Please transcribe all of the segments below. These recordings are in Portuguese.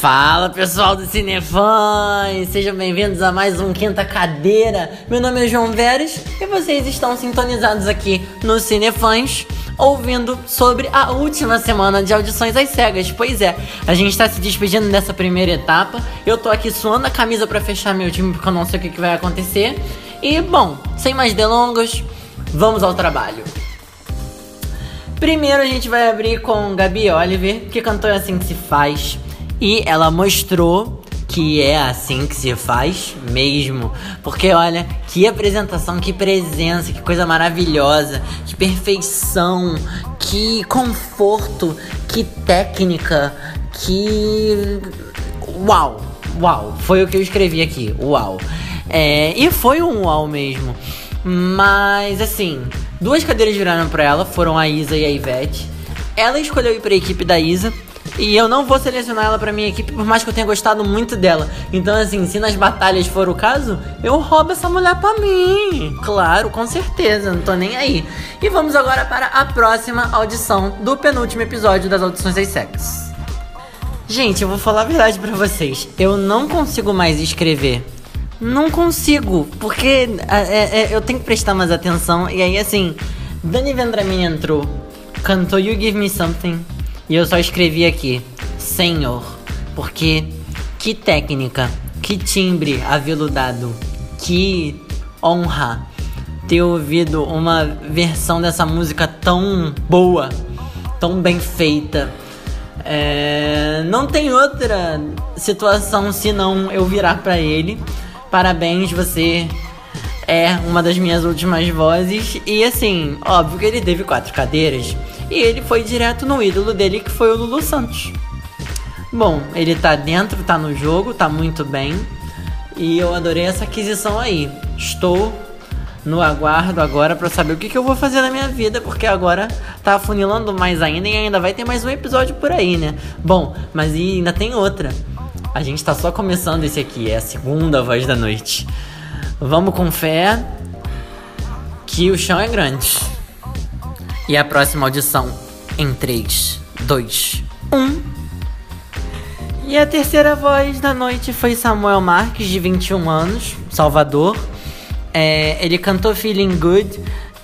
Fala pessoal do Cinefãs, sejam bem-vindos a mais um Quinta Cadeira. Meu nome é João Veras e vocês estão sintonizados aqui no Cinefãs, ouvindo sobre a última semana de audições às cegas. Pois é, a gente está se despedindo dessa primeira etapa. Eu tô aqui suando a camisa pra fechar meu time porque eu não sei o que vai acontecer. E bom, sem mais delongas, vamos ao trabalho. Primeiro a gente vai abrir com Gabi Oliver, que cantou Assim Que Se Faz. E ela mostrou que é assim que se faz mesmo. Porque olha, que apresentação, que presença, que coisa maravilhosa, que perfeição, que conforto, que técnica, que... Uau, foi o que eu escrevi aqui, uau. E foi um uau mesmo. Mas assim, duas cadeiras viraram pra ela, foram a Isa e a Ivete. Ela escolheu ir pra equipe da Isa. E eu não vou selecionar ela pra minha equipe, por mais que eu tenha gostado muito dela. Então assim, se nas batalhas for o caso, eu roubo essa mulher pra mim. Claro, com certeza, não tô nem aí. E vamos agora para a próxima audição do penúltimo episódio das audições às cegas. Gente, eu vou falar a verdade pra vocês. Eu não consigo mais escrever. Não consigo, porque eu tenho que prestar mais atenção. E aí assim, Dani Vendramini entrou, cantou You Give Me Something. E eu só escrevi aqui, Senhor, porque que técnica, que timbre aveludado, que honra ter ouvido uma versão dessa música tão boa, tão bem feita. Não tem outra situação senão eu virar pra ele. Parabéns, você é uma das minhas últimas vozes. E assim, óbvio que ele teve 4 cadeiras. E ele foi direto no ídolo dele, que foi o Lulu Santos. Bom, ele tá dentro, tá no jogo, tá muito bem. E eu adorei essa aquisição aí. Estou no aguardo agora pra saber o que eu vou fazer na minha vida, porque agora tá afunilando mais ainda e ainda vai ter mais um episódio por aí, né? Bom, mas ainda tem outra. A gente tá só começando esse aqui, é a segunda voz da noite. Vamos com fé, que o chão é grande. E a próxima audição em 3, 2, 1. E a terceira voz da noite foi Samuel Marques, de 21 anos, Salvador. Ele cantou Feeling Good.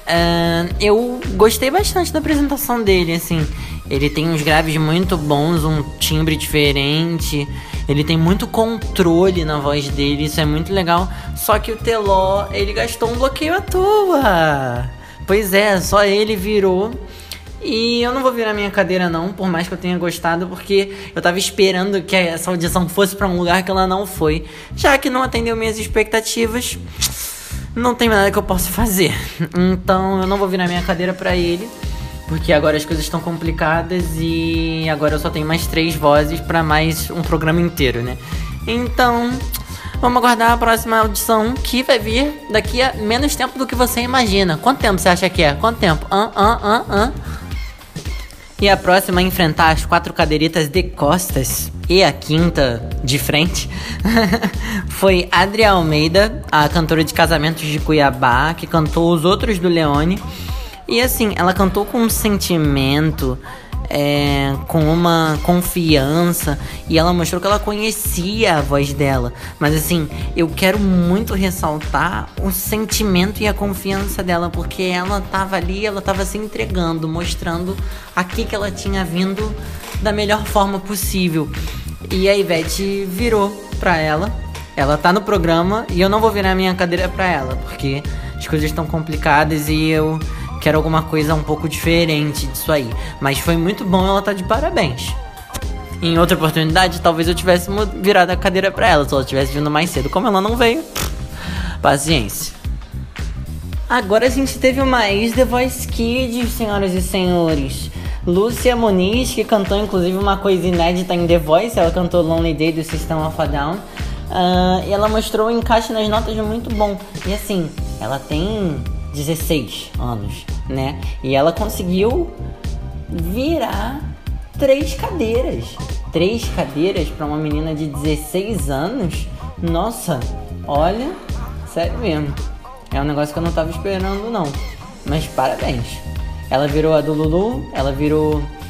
Eu gostei bastante da apresentação dele, assim. Ele tem uns graves muito bons, um timbre diferente. Ele tem muito controle na voz dele, isso é muito legal. Só que o Teló, ele gastou um bloqueio à toa. Pois é, só ele virou. E eu não vou virar minha cadeira não, por mais que eu tenha gostado, porque eu tava esperando que essa audição fosse pra um lugar que ela não foi. Já que não atendeu minhas expectativas, não tem nada que eu possa fazer. Então eu não vou virar minha cadeira pra ele, porque agora as coisas estão complicadas e agora eu só tenho mais 3 vozes pra mais um programa inteiro, né? Então... vamos aguardar a próxima audição, que vai vir daqui a menos tempo do que você imagina. Quanto tempo você acha que é? Quanto tempo? E a próxima a enfrentar as 4 cadeiritas de costas e a quinta de frente foi Adri Almeida, a cantora de Casamentos de Cuiabá, que cantou Os Outros do Leone. E assim, ela cantou com um sentimento... com uma confiança, e ela mostrou que ela conhecia a voz dela. Mas assim, eu quero muito ressaltar o sentimento e a confiança dela, porque ela tava ali, ela tava se entregando, mostrando aqui que ela tinha vindo da melhor forma possível. E a Ivete virou pra ela. Ela tá no programa e eu não vou virar minha cadeira pra ela, porque as coisas estão complicadas e eu quero alguma coisa um pouco diferente disso aí. Mas foi muito bom, ela tá de parabéns. Em outra oportunidade, talvez eu tivesse virado a cadeira pra ela, se ela tivesse vindo mais cedo. Como ela não veio, paciência. Agora a gente teve uma ex-The Voice Kids, senhoras e senhores. Lúcia Muniz, que cantou inclusive uma coisa inédita em The Voice. Ela cantou Lonely Day do System of a Down. E ela mostrou o encaixe nas notas muito bom. E assim, ela tem 16 anos, né? E ela conseguiu virar 3 cadeiras. 3 cadeiras pra uma menina de 16 anos? Nossa, olha, sério mesmo. É um negócio que eu não tava esperando não. Mas parabéns. Ela virou a do Lulu, ela virou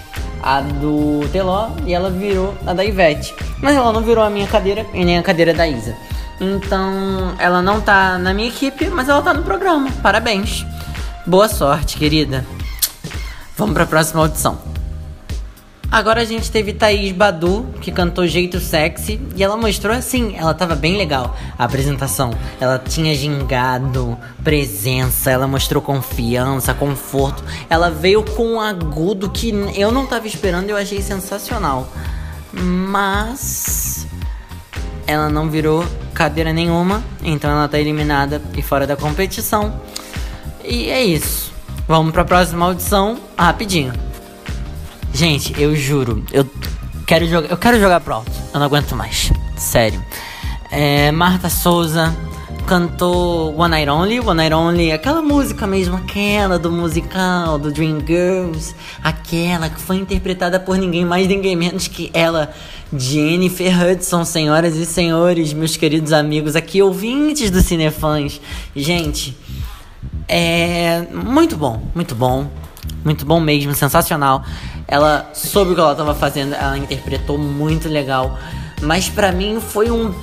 a do Teló e ela virou a da Ivete. Mas ela não virou a minha cadeira e nem a cadeira da Isa. Então, ela não tá na minha equipe, mas ela tá no programa. Parabéns. Boa sorte, querida. Vamos pra próxima audição. Agora a gente teve Thaís Badu, que cantou Jeito Sexy. E ela mostrou assim, ela tava bem legal a apresentação. Ela tinha gingado, presença, ela mostrou confiança, conforto. Ela veio com um agudo que eu não tava esperando e eu achei sensacional. Mas ela não virou cadeira nenhuma, então ela tá eliminada e fora da competição. E é isso. Vamos pra próxima audição rapidinho. Gente, eu juro, eu quero jogar pro alto. Eu não aguento mais, sério. Marta Souza cantou One Night Only, aquela música mesmo, aquela do musical, do Dreamgirls. Aquela que foi interpretada por ninguém mais, ninguém menos que ela, Jennifer Hudson. Senhoras e senhores, meus queridos amigos aqui, ouvintes do Cinefãs. Gente, muito bom mesmo, sensacional. Ela soube o que ela estava fazendo, ela interpretou muito legal. Mas pra mim foi um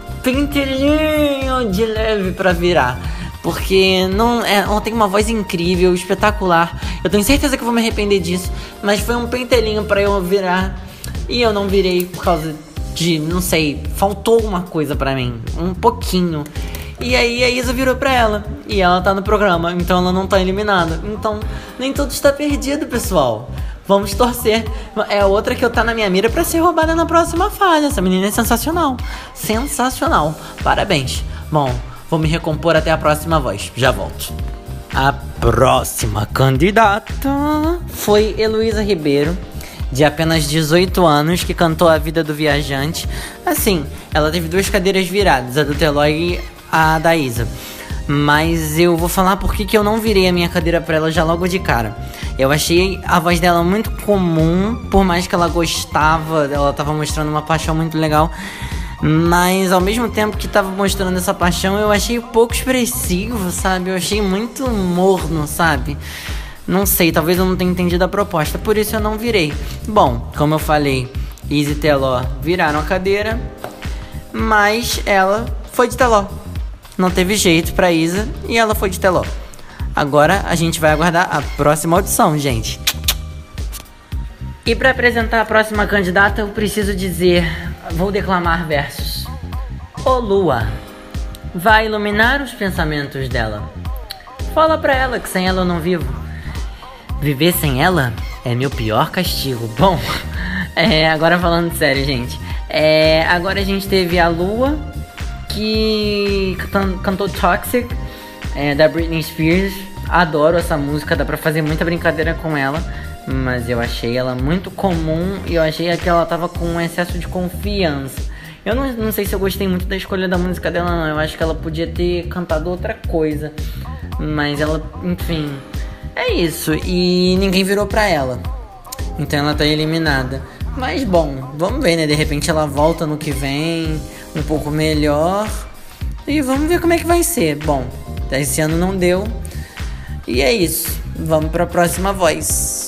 pentelinho de leve pra virar. Porque ela tem uma voz incrível, espetacular. Eu tenho certeza que eu vou me arrepender disso. Mas foi um pentelinho pra eu virar. E eu não virei por causa de, não sei, faltou uma coisa pra mim. Um pouquinho. E aí a Isa virou pra ela. E ela tá no programa, então ela não tá eliminada. Então nem tudo está perdido, pessoal. Vamos torcer. É outra que eu tá na minha mira pra ser roubada na próxima fase. Essa menina é sensacional. Sensacional. Parabéns. Bom, vou me recompor até a próxima voz. Já volto. A próxima candidata foi Heloísa Ribeiro, de apenas 18 anos, que cantou A Vida do Viajante. Assim, ela teve 2 cadeiras viradas, a do Teló e a da Isa. Mas eu vou falar porque que eu não virei a minha cadeira pra ela já logo de cara. Eu achei a voz dela muito comum, por mais que ela gostava, ela tava mostrando uma paixão muito legal. Mas ao mesmo tempo que tava mostrando essa paixão, eu achei pouco expressivo, sabe? Eu achei muito morno, sabe? Não sei, talvez eu não tenha entendido a proposta, por isso eu não virei. Bom, como eu falei, Isa e Teló viraram a cadeira, mas ela foi de Teló. Não teve jeito pra Isa e ela foi de Teló. Agora a gente vai aguardar a próxima audição, gente. E pra apresentar a próxima candidata, eu preciso dizer, vou declamar versos. Ô Lua, vai iluminar os pensamentos dela. Fala pra ela que sem ela eu não vivo. Viver sem ela é meu pior castigo. Bom, agora falando sério, gente. Agora a gente teve a Lua, que cantou Toxic, da Britney Spears. Adoro essa música, dá pra fazer muita brincadeira com ela. Mas eu achei ela muito comum e eu achei que ela tava com um excesso de confiança. Eu não sei se eu gostei muito da escolha da música dela, não. Eu acho que ela podia ter cantado outra coisa. Mas ela, enfim, é isso. E ninguém virou pra ela. Então ela tá eliminada. Mas bom, vamos ver, né? De repente ela volta no que vem um pouco melhor. E vamos ver como é que vai ser. Bom, esse ano não deu. E é isso. Vamos pra próxima voz.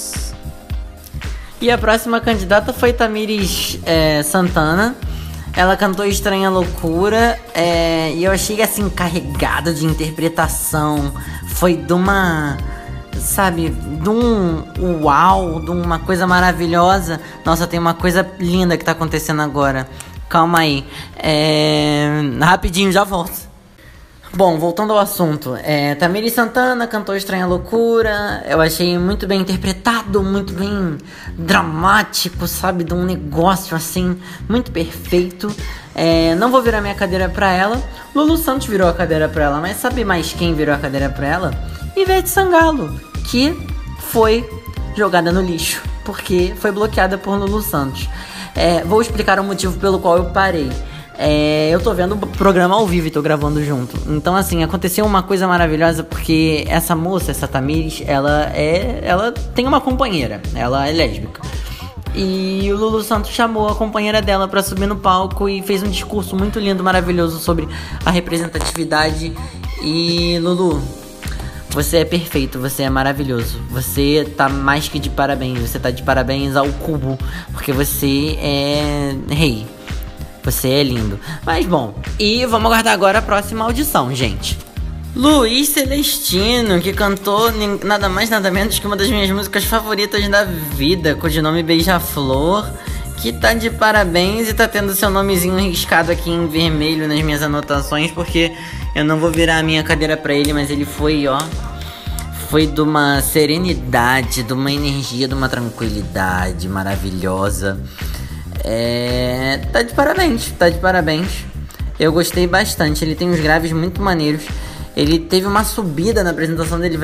E a próxima candidata foi Tamiris Santana. Ela cantou Estranha Loucura. E eu achei assim, carregada de interpretação. Foi de uma, sabe, de um uau, de uma coisa maravilhosa. Nossa, tem uma coisa linda que tá acontecendo agora. Calma aí. Rapidinho, já volto. Bom, voltando ao assunto, Tamiris Santana cantou Estranha Loucura. Eu achei muito bem interpretado, muito bem dramático, sabe? De um negócio assim, muito perfeito. Não vou virar minha cadeira pra ela. Lulu Santos virou a cadeira pra ela, mas sabe mais quem virou a cadeira pra ela? Ivete Sangalo, que foi jogada no lixo, porque foi bloqueada por Lulu Santos. Vou explicar o motivo pelo qual eu parei. Eu tô vendo o programa ao vivo e tô gravando junto. Então assim, aconteceu uma coisa maravilhosa, porque essa moça, essa Tamiris, ela tem uma companheira. Ela é lésbica. E o Lulu Santos chamou a companheira dela pra subir no palco e fez um discurso muito lindo, maravilhoso sobre a representatividade. E Lulu, Você é perfeito, você é maravilhoso. Você tá mais que de parabéns. Você tá de parabéns ao cubo, porque você é rei. Você é lindo. Mas bom, e vamos aguardar agora a próxima audição, gente. Luiz Celestino, que cantou nada mais nada menos que uma das minhas músicas favoritas da vida, codinome Beija-Flor, que tá de parabéns e tá tendo seu nomezinho riscado aqui em vermelho nas minhas anotações, porque eu não vou virar a minha cadeira pra ele, mas ele foi, foi de uma serenidade, de uma energia, de uma tranquilidade maravilhosa. Tá de parabéns. Eu gostei bastante, ele tem uns graves muito maneiros. Ele teve uma subida na apresentação dele,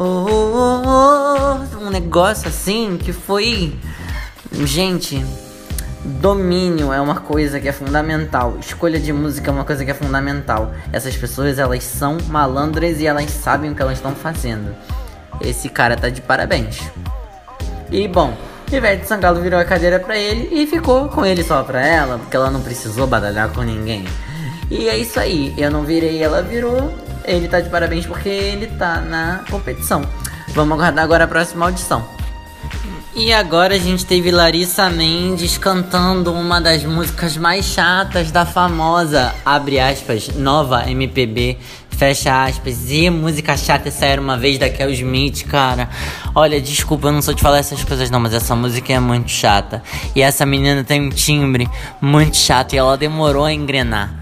um negócio assim que foi... Gente, domínio é uma coisa que é fundamental. Escolha de música é uma coisa que é fundamental. Essas pessoas, elas são malandras e elas sabem o que elas estão fazendo. Esse cara tá de parabéns. E bom, Ivete Sangalo virou a cadeira pra ele e ficou com ele só pra ela, porque ela não precisou batalhar com ninguém. E é isso aí, eu não virei, ela virou. Ele tá de parabéns porque ele tá na competição. Vamos aguardar agora a próxima audição. E agora a gente teve Larissa Mendes cantando uma das músicas mais chatas da famosa, abre aspas, nova MPB, fecha aspas. E música chata, essa era uma vez da Kel Smith, cara. Olha, desculpa, eu não sou de falar essas coisas não, mas essa música é muito chata. E essa menina tem um timbre muito chato e ela demorou a engrenar.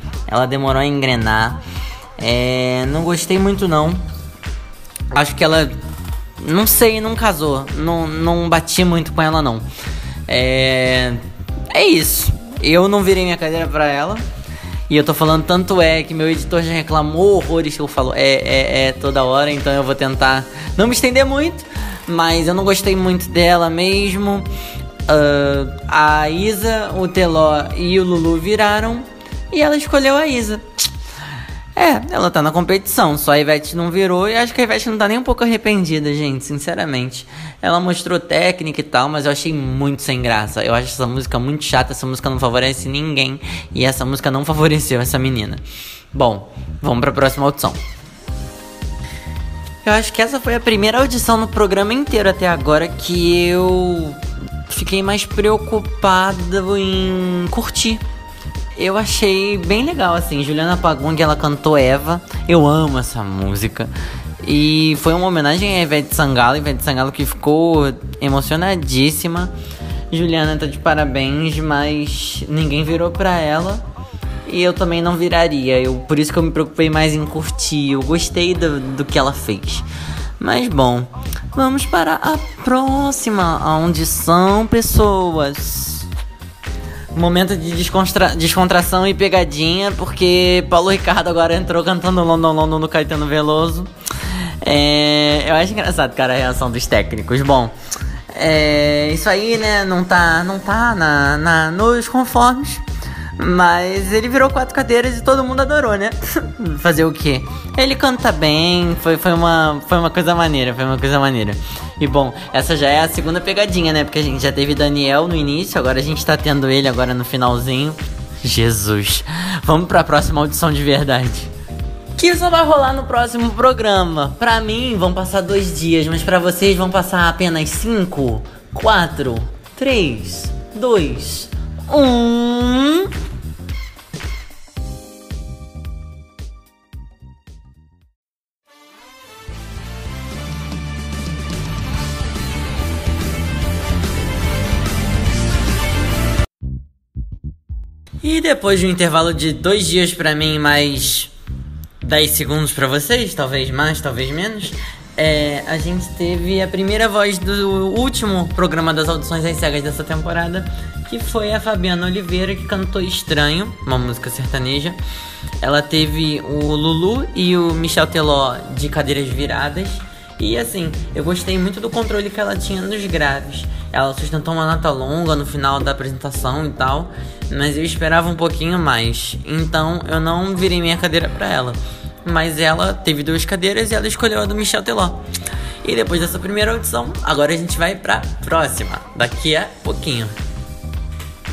Não gostei muito não. Acho que ela... Não sei, não casou. Não bati muito com ela, não. É isso. Eu não virei minha cadeira pra ela. E eu tô falando tanto que meu editor já reclamou horrores que eu falo toda hora. Então eu vou tentar não me estender muito. Mas eu não gostei muito dela mesmo. A Isa, o Teló e o Lulu viraram. E ela escolheu a Isa. Ela tá na competição, só a Ivete não virou e acho que a Ivete não tá nem um pouco arrependida, gente, sinceramente. Ela mostrou técnica e tal, mas eu achei muito sem graça. Eu acho essa música muito chata, essa música não favorece ninguém e essa música não favoreceu essa menina. Bom, vamos pra próxima audição. Eu acho que essa foi a primeira audição no programa inteiro até agora que eu fiquei mais preocupado em curtir. Eu achei bem legal, assim. Juliana Pagong, ela cantou Eva. Eu amo essa música. E foi uma homenagem a Ivete Sangalo que ficou emocionadíssima. Juliana tá de parabéns, mas ninguém virou pra ela. E eu também não viraria. Por isso que eu me preocupei mais em curtir. Eu gostei do que ela fez. Mas bom, vamos para a próxima audição, pessoas. Momento de descontração e pegadinha, porque Paulo Ricardo agora entrou cantando London London no Caetano Veloso. Eu acho engraçado, cara, a reação dos técnicos. Bom, isso aí, né, não tá nos conformes. Mas ele virou 4 cadeiras e todo mundo adorou, né? Fazer o quê? Ele canta bem, foi uma coisa maneira, E bom, essa já é a segunda pegadinha, né? Porque a gente já teve Daniel no início, agora a gente tá tendo ele agora no finalzinho. Jesus. Vamos pra próxima audição de verdade. Que só vai rolar no próximo programa. Pra mim vão passar 2 dias, mas pra vocês vão passar apenas 5, 4, 3, 2, 1... E depois de um intervalo de 2 dias pra mim, mais 10 segundos pra vocês, talvez mais, talvez menos, a gente teve a primeira voz do último programa das audições às cegas dessa temporada, que foi a Fabiana Oliveira, que cantou Estranho, uma música sertaneja. Ela teve o Lulu e o Michel Teló de cadeiras viradas. E assim, eu gostei muito do controle que ela tinha nos graves. Ela sustentou uma nota longa no final da apresentação e tal, mas eu esperava um pouquinho mais. Então eu não virei minha cadeira pra ela. Mas ela teve 2 cadeiras e ela escolheu a do Michel Teló. E depois dessa primeira audição, agora a gente vai pra próxima, daqui a pouquinho.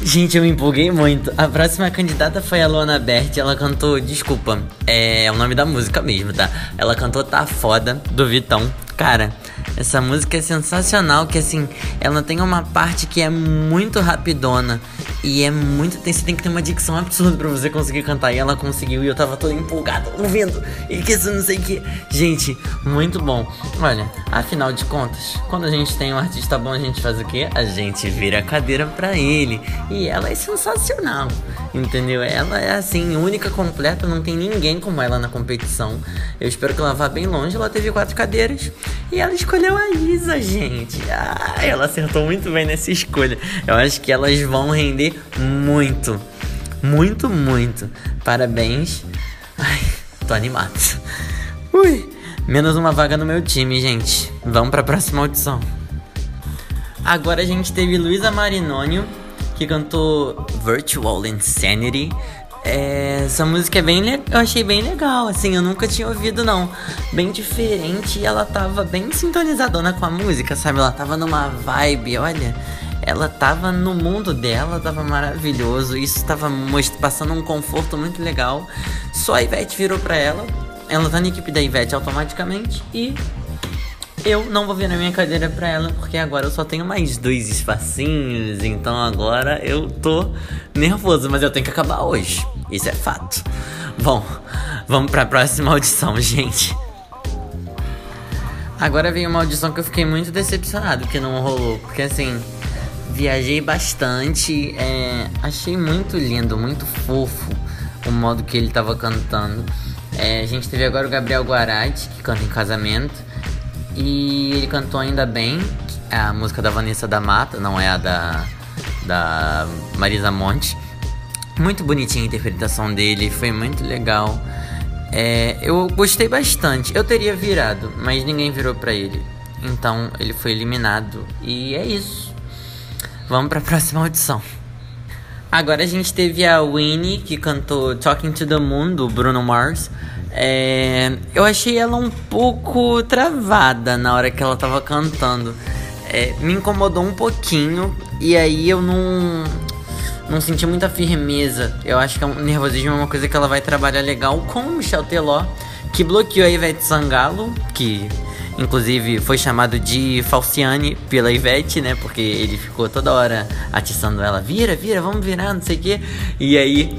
Gente, eu me empolguei muito. A próxima candidata foi a Luana Berti. Ela cantou, desculpa, é o nome da música mesmo, tá? Ela cantou Tá Foda, do Vitão. Cara, essa música é sensacional, que assim, ela tem uma parte que é muito rapidona e é muito... Você tem que ter uma dicção absurda pra você conseguir cantar. E ela conseguiu e eu tava todo empolgado ouvindo. E que isso não sei o que... Gente, muito bom. Olha, afinal de contas, quando a gente tem um artista bom, a gente faz o quê? A gente vira a cadeira pra ele. E ela é sensacional, entendeu? Ela é assim, única, completa, não tem ninguém como ela na competição. Eu espero que ela vá bem longe. Ela teve 4 cadeiras e ela escolheu a Isa, gente. Ela acertou muito bem nessa escolha. Eu acho que elas vão render muito, muito, muito. Parabéns. Ai, tô animado. Ui, menos uma vaga no meu time, gente. Vamos pra próxima audição. Agora a gente teve Luísa Marinoni, que cantou Virtual Insanity. Essa música é eu achei bem legal, assim, eu nunca tinha ouvido não. Bem diferente e ela tava bem sintonizadona com a música, sabe? Ela tava numa vibe, olha, ela tava no mundo dela, tava maravilhoso. Isso tava passando um conforto muito legal. Só a Ivete virou pra ela tá na equipe da Ivete automaticamente e... eu não vou virar minha cadeira pra ela, porque agora eu só tenho mais 2 espacinhos. Então agora eu tô nervoso, mas eu tenho que acabar hoje. Isso é fato. Bom, vamos pra próxima audição, gente. Agora veio uma audição que eu fiquei muito decepcionado que não rolou. Porque assim, viajei bastante. Achei muito lindo, muito fofo o modo que ele tava cantando. A gente teve agora o Gabriel Guarati, que canta em Casamento. E ele cantou Ainda Bem, a música da Vanessa da Mata, não é a da Marisa Monte. Muito bonitinha a interpretação dele, foi muito legal. Eu gostei bastante. Eu teria virado, mas ninguém virou pra ele. Então ele foi eliminado. E é isso. Vamos pra próxima audição. Agora a gente teve a Winnie, que cantou Talking to the Moon, do Bruno Mars. Eu achei ela um pouco travada na hora que ela tava cantando. Me incomodou um pouquinho. E aí eu não senti muita firmeza. Eu acho que o nervosismo é uma coisa que ela vai trabalhar legal com o Michel Teló, que bloqueou a Ivete Sangalo, que inclusive foi chamado de Falciane pela Ivete, né? Porque ele ficou toda hora atiçando ela, vira, vamos virar, não sei o quê. E aí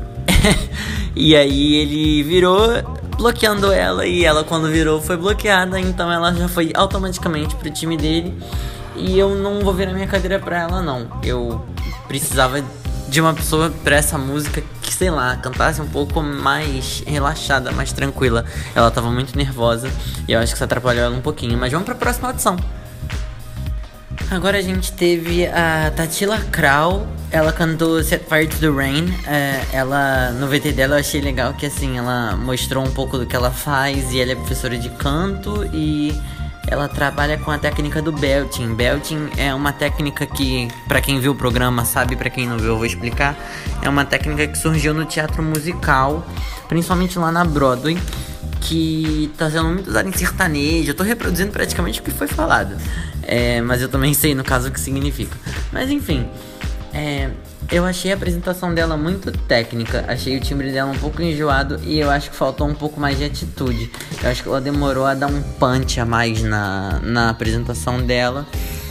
e aí ele virou bloqueando ela, e ela quando virou foi bloqueada. Então ela já foi automaticamente pro time dele. E eu não vou virar minha cadeira pra ela, não. Eu precisava de uma pessoa pra essa música que, sei lá, cantasse um pouco mais relaxada, mais tranquila. Ela tava muito nervosa e eu acho que isso atrapalhou ela um pouquinho. Mas vamos pra próxima audição. Agora a gente teve a Tatila Krau. Ela cantou Set Fire to the Rain. Ela, no VT dela eu achei legal que assim, ela mostrou um pouco do que ela faz. E ela é professora de canto e ela trabalha com a técnica do belting. Belting é uma técnica que, pra quem viu o programa sabe, pra quem não viu eu vou explicar. É uma técnica que surgiu no teatro musical, principalmente lá na Broadway, que tá sendo muito usada em sertanejo. Eu tô reproduzindo praticamente o que foi falado, mas eu também sei no caso o que significa. Mas enfim, eu achei a apresentação dela muito técnica. Achei o timbre dela um pouco enjoado e eu acho que faltou um pouco mais de atitude. Eu acho que ela demorou a dar um punch a mais na apresentação dela.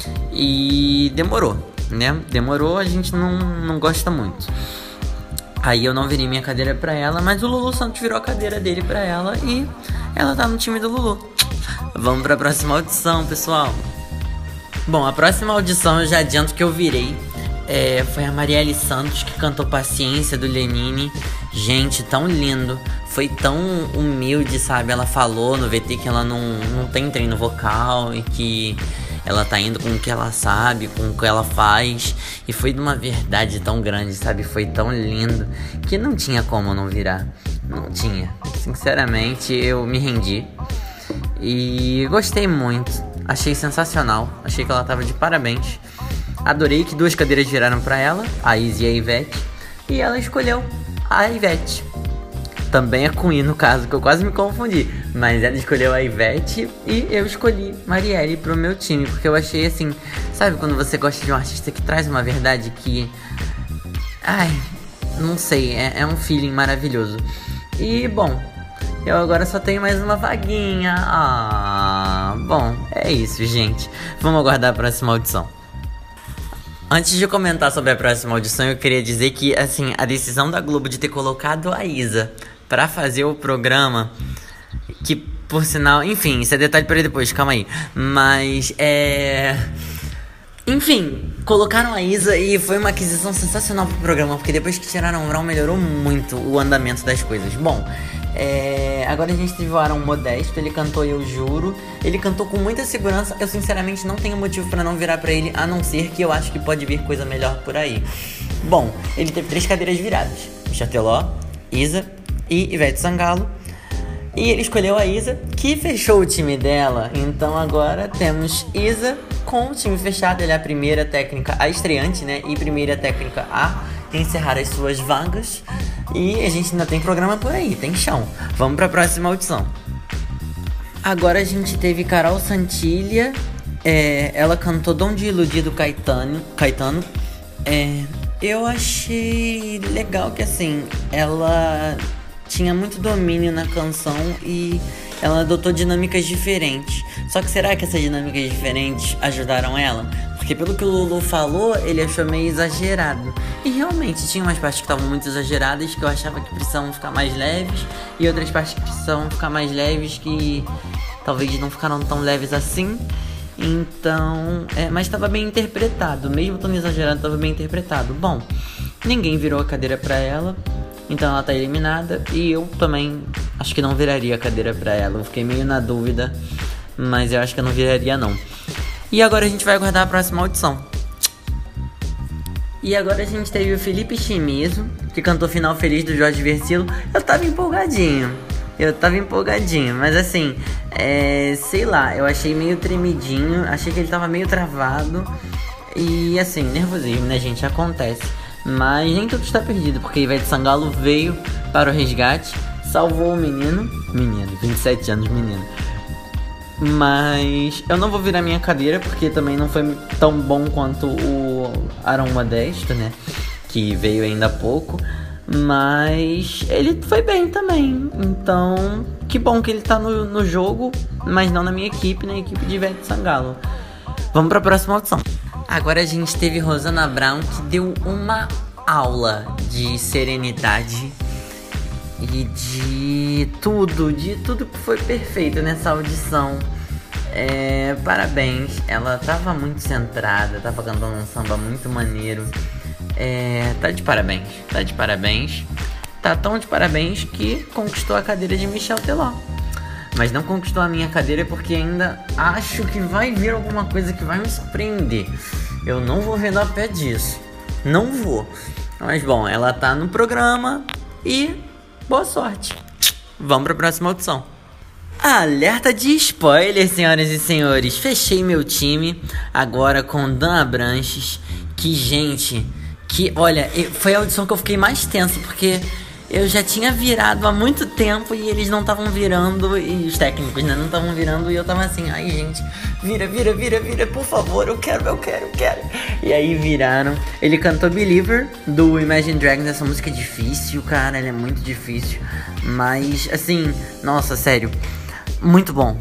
E demorou, né? Demorou, a gente não gosta muito. Aí eu não virei minha cadeira pra ela, mas o Lulu Santos virou a cadeira dele pra ela e ela tá no time do Lulu. Vamos pra próxima audição, pessoal. Bom, a próxima audição eu já adianto que eu virei. Foi a Marielle Santos, que cantou Paciência, do Lenine. Gente, tão lindo. Foi tão humilde, sabe? Ela falou no VT que ela não tem treino vocal e que ela tá indo com o que ela sabe, com o que ela faz. E foi de uma verdade tão grande, sabe? Foi tão lindo que não tinha como não virar. Não tinha. Sinceramente, eu me rendi. E gostei muito. Achei sensacional. Achei que ela tava de parabéns. Adorei que 2 cadeiras viraram pra ela, a Izzy e a Ivete. E ela escolheu a Ivete. Também a Queen, no caso, que eu quase me confundi. Mas ela escolheu a Ivete e eu escolhi Marielle pro meu time. Porque eu achei assim, sabe quando você gosta de um artista que traz uma verdade que Ai, não sei, é um feeling maravilhoso. E, bom, eu agora só tenho mais uma vaguinha. Bom, é isso, gente. Vamos aguardar a próxima audição. Antes de comentar sobre a próxima audição, eu queria dizer que, assim, a decisão da Globo de ter colocado a Isa pra fazer o programa, que, por sinal, enfim, isso é detalhe pra depois, calma aí. Mas, enfim, colocaram a Isa e foi uma aquisição sensacional pro programa, porque depois que tiraram o Brown, melhorou muito o andamento das coisas. Bom, agora a gente teve o Aaron Modesto, ele cantou Eu Juro. Ele cantou com muita segurança. Eu sinceramente não tenho motivo pra não virar pra ele, a não ser que eu acho que pode vir coisa melhor por aí. Bom, ele teve 3 cadeiras viradas: Michel Teló, Isa e Ivete Sangalo. E ele escolheu a Isa, que fechou o time dela. Então agora temos Isa com o time fechado. Ele é a primeira técnica, a estreante, né? E primeira técnica a encerrar as suas vagas. E a gente ainda tem programa por aí, tem chão. Vamos pra próxima audição. Agora a gente teve Carol Santilha. Ela cantou Dom de Iludir do Caetano. Eu achei legal que, assim, ela tinha muito domínio na canção e ela adotou dinâmicas diferentes. Só que será que essas dinâmicas diferentes ajudaram ela? Porque pelo que o Lulu falou, ele achou meio exagerado. E realmente, tinha umas partes que estavam muito exageradas, que eu achava que precisavam ficar mais leves, e outras partes que precisavam ficar mais leves, que talvez não ficaram tão leves assim. Então, mas estava bem interpretado. Mesmo tão exagerado, estava bem interpretado. Bom, ninguém virou a cadeira pra ela, então ela tá eliminada. E eu também acho que não viraria a cadeira pra ela. Eu fiquei meio na dúvida, mas eu acho que eu não viraria não. E agora a gente vai aguardar a próxima audição. E agora a gente teve o Felipe Chimizo, que cantou Final Feliz do Jorge Versilo. Eu tava empolgadinho, mas assim, sei lá, eu achei meio tremidinho, achei que ele tava meio travado. E assim, nervosismo, né, gente, acontece. Mas nem tudo está perdido, porque Ivete Sangalo veio para o resgate, salvou o menino, 27 anos, menino. Mas eu não vou virar minha cadeira, porque também não foi tão bom quanto o Aaron Modesto, né, que veio ainda há pouco. Mas ele foi bem também, então que bom que ele tá no jogo, mas não na minha equipe, na equipe de Ivete Sangalo. Vamos pra próxima audição. Agora a gente teve Rosana Brown, que deu uma aula de serenidade e de tudo que foi perfeito nessa audição. Parabéns, ela tava muito centrada, tava cantando um samba muito maneiro. Tá de parabéns. Tá tão de parabéns que conquistou a cadeira de Michel Teló. Mas não conquistou a minha cadeira porque ainda acho que vai vir alguma coisa que vai me surpreender. Eu não vou vendo a pé disso. Não vou. Mas bom, ela tá no programa e boa sorte. Vamos pra próxima audição. Alerta de spoiler, senhoras e senhores. Fechei meu time agora com Dan Abranches. Que, gente, olha, foi a audição que eu fiquei mais tenso, porque eu já tinha virado há muito tempo e eles não estavam virando, e os técnicos, né, não estavam virando, e eu tava assim, ai gente, vira, por favor, eu quero. E aí viraram. Ele cantou Believer, do Imagine Dragons. Essa música é difícil, cara, ela é muito difícil, mas assim, nossa, sério, muito bom.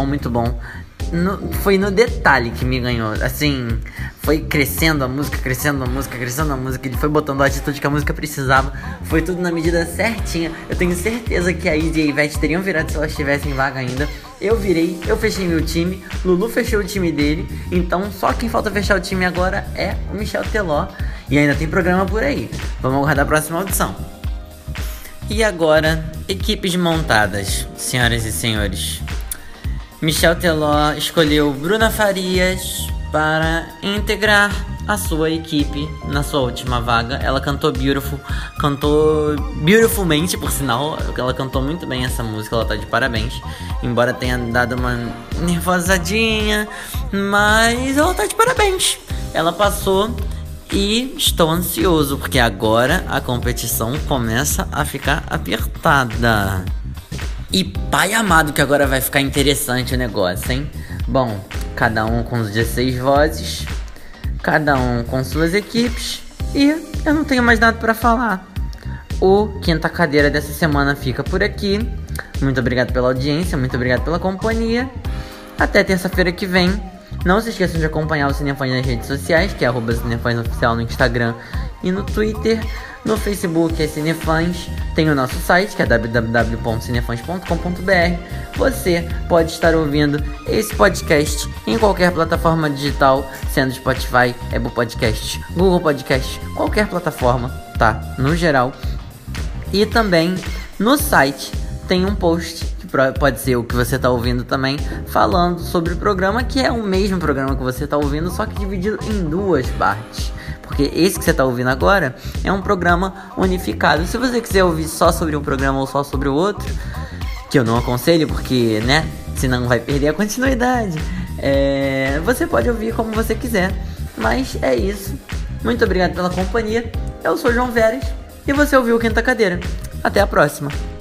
Foi no detalhe que me ganhou. Assim, foi crescendo a música. Ele foi botando a atitude que a música precisava. Foi tudo na medida certinha. Eu tenho certeza que a Izzy e a Ivete teriam virado se elas tivessem vaga ainda. Eu virei, eu fechei meu time. Lulu fechou o time dele. Então só quem falta fechar o time agora é o Michel Teló. E ainda tem programa por aí. Vamos aguardar a próxima audição. E agora, equipes montadas, senhoras e senhores. Michel Teló escolheu Bruna Farias para integrar a sua equipe na sua última vaga. Ela cantou Beautifulmente, por sinal. Ela cantou muito bem essa música, ela tá de parabéns. Embora tenha dado uma nervosadinha, mas ela tá de parabéns. Ela passou e estou ansioso, porque agora a competição começa a ficar apertada. E pai amado que agora vai ficar interessante o negócio, hein? Bom, cada um com 16 vozes, cada um com suas equipes e eu não tenho mais nada pra falar. O Quinta Cadeira dessa semana fica por aqui. Muito obrigado pela audiência, muito obrigado pela companhia. Até terça-feira que vem. Não se esqueçam de acompanhar o Cinefãs nas redes sociais, que é @cinefãsoficial no Instagram e no Twitter. No Facebook é Cinefãs. Tem o nosso site, que é www.cinefãs.com.br. Você pode estar ouvindo esse podcast em qualquer plataforma digital, sendo Spotify, Apple Podcasts, Google Podcasts, qualquer plataforma, tá? No geral. E também no site tem um post, que pode ser o que você está ouvindo também, falando sobre o programa, que é o mesmo programa que você está ouvindo, só que dividido em duas partes. Porque esse que você está ouvindo agora é um programa unificado. Se você quiser ouvir só sobre um programa ou só sobre o outro, que eu não aconselho, porque, né, senão vai perder a continuidade, você pode ouvir como você quiser. Mas é isso. Muito obrigado pela companhia. Eu sou o João Veras e você ouviu o Quinta Cadeira. Até a próxima.